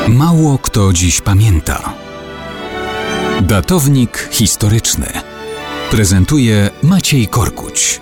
Mało kto dziś pamięta. Datownik historyczny prezentuje Maciej Korkuć.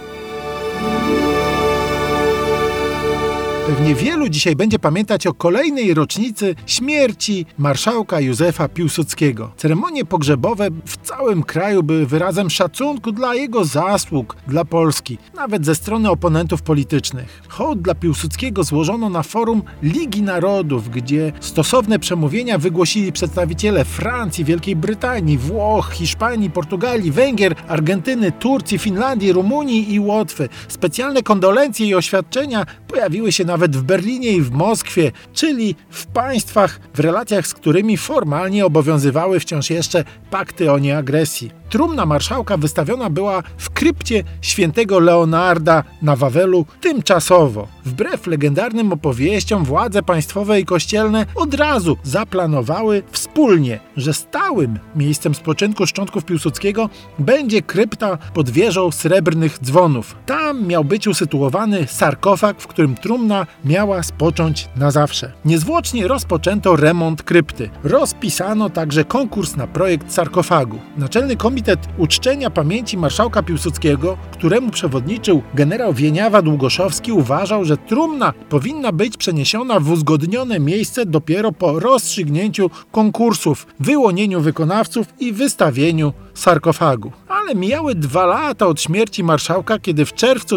Pewnie wielu dzisiaj będzie pamiętać o kolejnej rocznicy śmierci marszałka Józefa Piłsudskiego. Ceremonie pogrzebowe w całym kraju były wyrazem szacunku dla jego zasług dla Polski, nawet ze strony oponentów politycznych. Hołd dla Piłsudskiego złożono na forum Ligi Narodów, gdzie stosowne przemówienia wygłosili przedstawiciele Francji, Wielkiej Brytanii, Włoch, Hiszpanii, Portugalii, Węgier, Argentyny, Turcji, Finlandii, Rumunii i Łotwy. Specjalne kondolencje i oświadczenia pojawiły się nawet w Berlinie i w Moskwie, czyli w państwach, w relacjach z którymi formalnie obowiązywały wciąż jeszcze pakty o nieagresji. Trumna marszałka wystawiona była w krypcie świętego Leonarda na Wawelu tymczasowo. Wbrew legendarnym opowieściom władze państwowe i kościelne od razu zaplanowały wspólnie, że stałym miejscem spoczynku szczątków Piłsudskiego będzie krypta pod wieżą Srebrnych Dzwonów. Tam miał być usytuowany sarkofag, w którym trumna miała spocząć na zawsze. Niezwłocznie rozpoczęto remont krypty. Rozpisano także konkurs na projekt sarkofagu. Naczelny Komitet Uczczenia Pamięci Marszałka Piłsudskiego, któremu przewodniczył generał Wieniawa Długoszowski, uważał, że trumna powinna być przeniesiona w uzgodnione miejsce dopiero po rozstrzygnięciu konkursów, wyłonieniu wykonawców i wystawieniu sarkofagu. Ale mijały 2 lata od śmierci marszałka, kiedy w czerwcu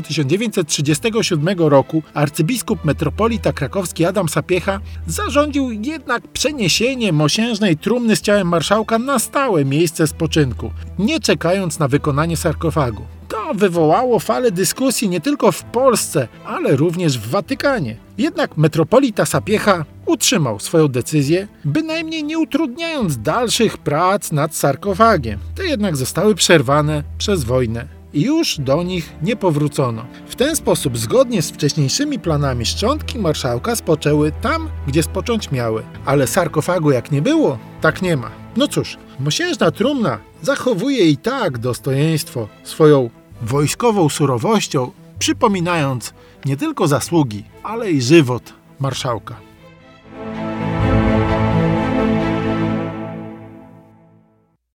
1937 roku arcybiskup metropolita krakowski Adam Sapiecha zarządził jednak przeniesienie mosiężnej trumny z ciałem marszałka na stałe miejsce spoczynku, nie czekając na wykonanie sarkofagu. To wywołało falę dyskusji nie tylko w Polsce, ale również w Watykanie. Jednak metropolita Sapiecha utrzymał swoją decyzję, bynajmniej nie utrudniając dalszych prac nad sarkofagiem. Te jednak zostały przerwane przez wojnę i już do nich nie powrócono. W ten sposób, zgodnie z wcześniejszymi planami, szczątki marszałka spoczęły tam, gdzie spocząć miały. Ale sarkofagu jak nie było, tak nie ma. No cóż, mosiężna trumna zachowuje i tak dostojeństwo swoją wojskową surowością, przypominając nie tylko zasługi, ale i żywot marszałka.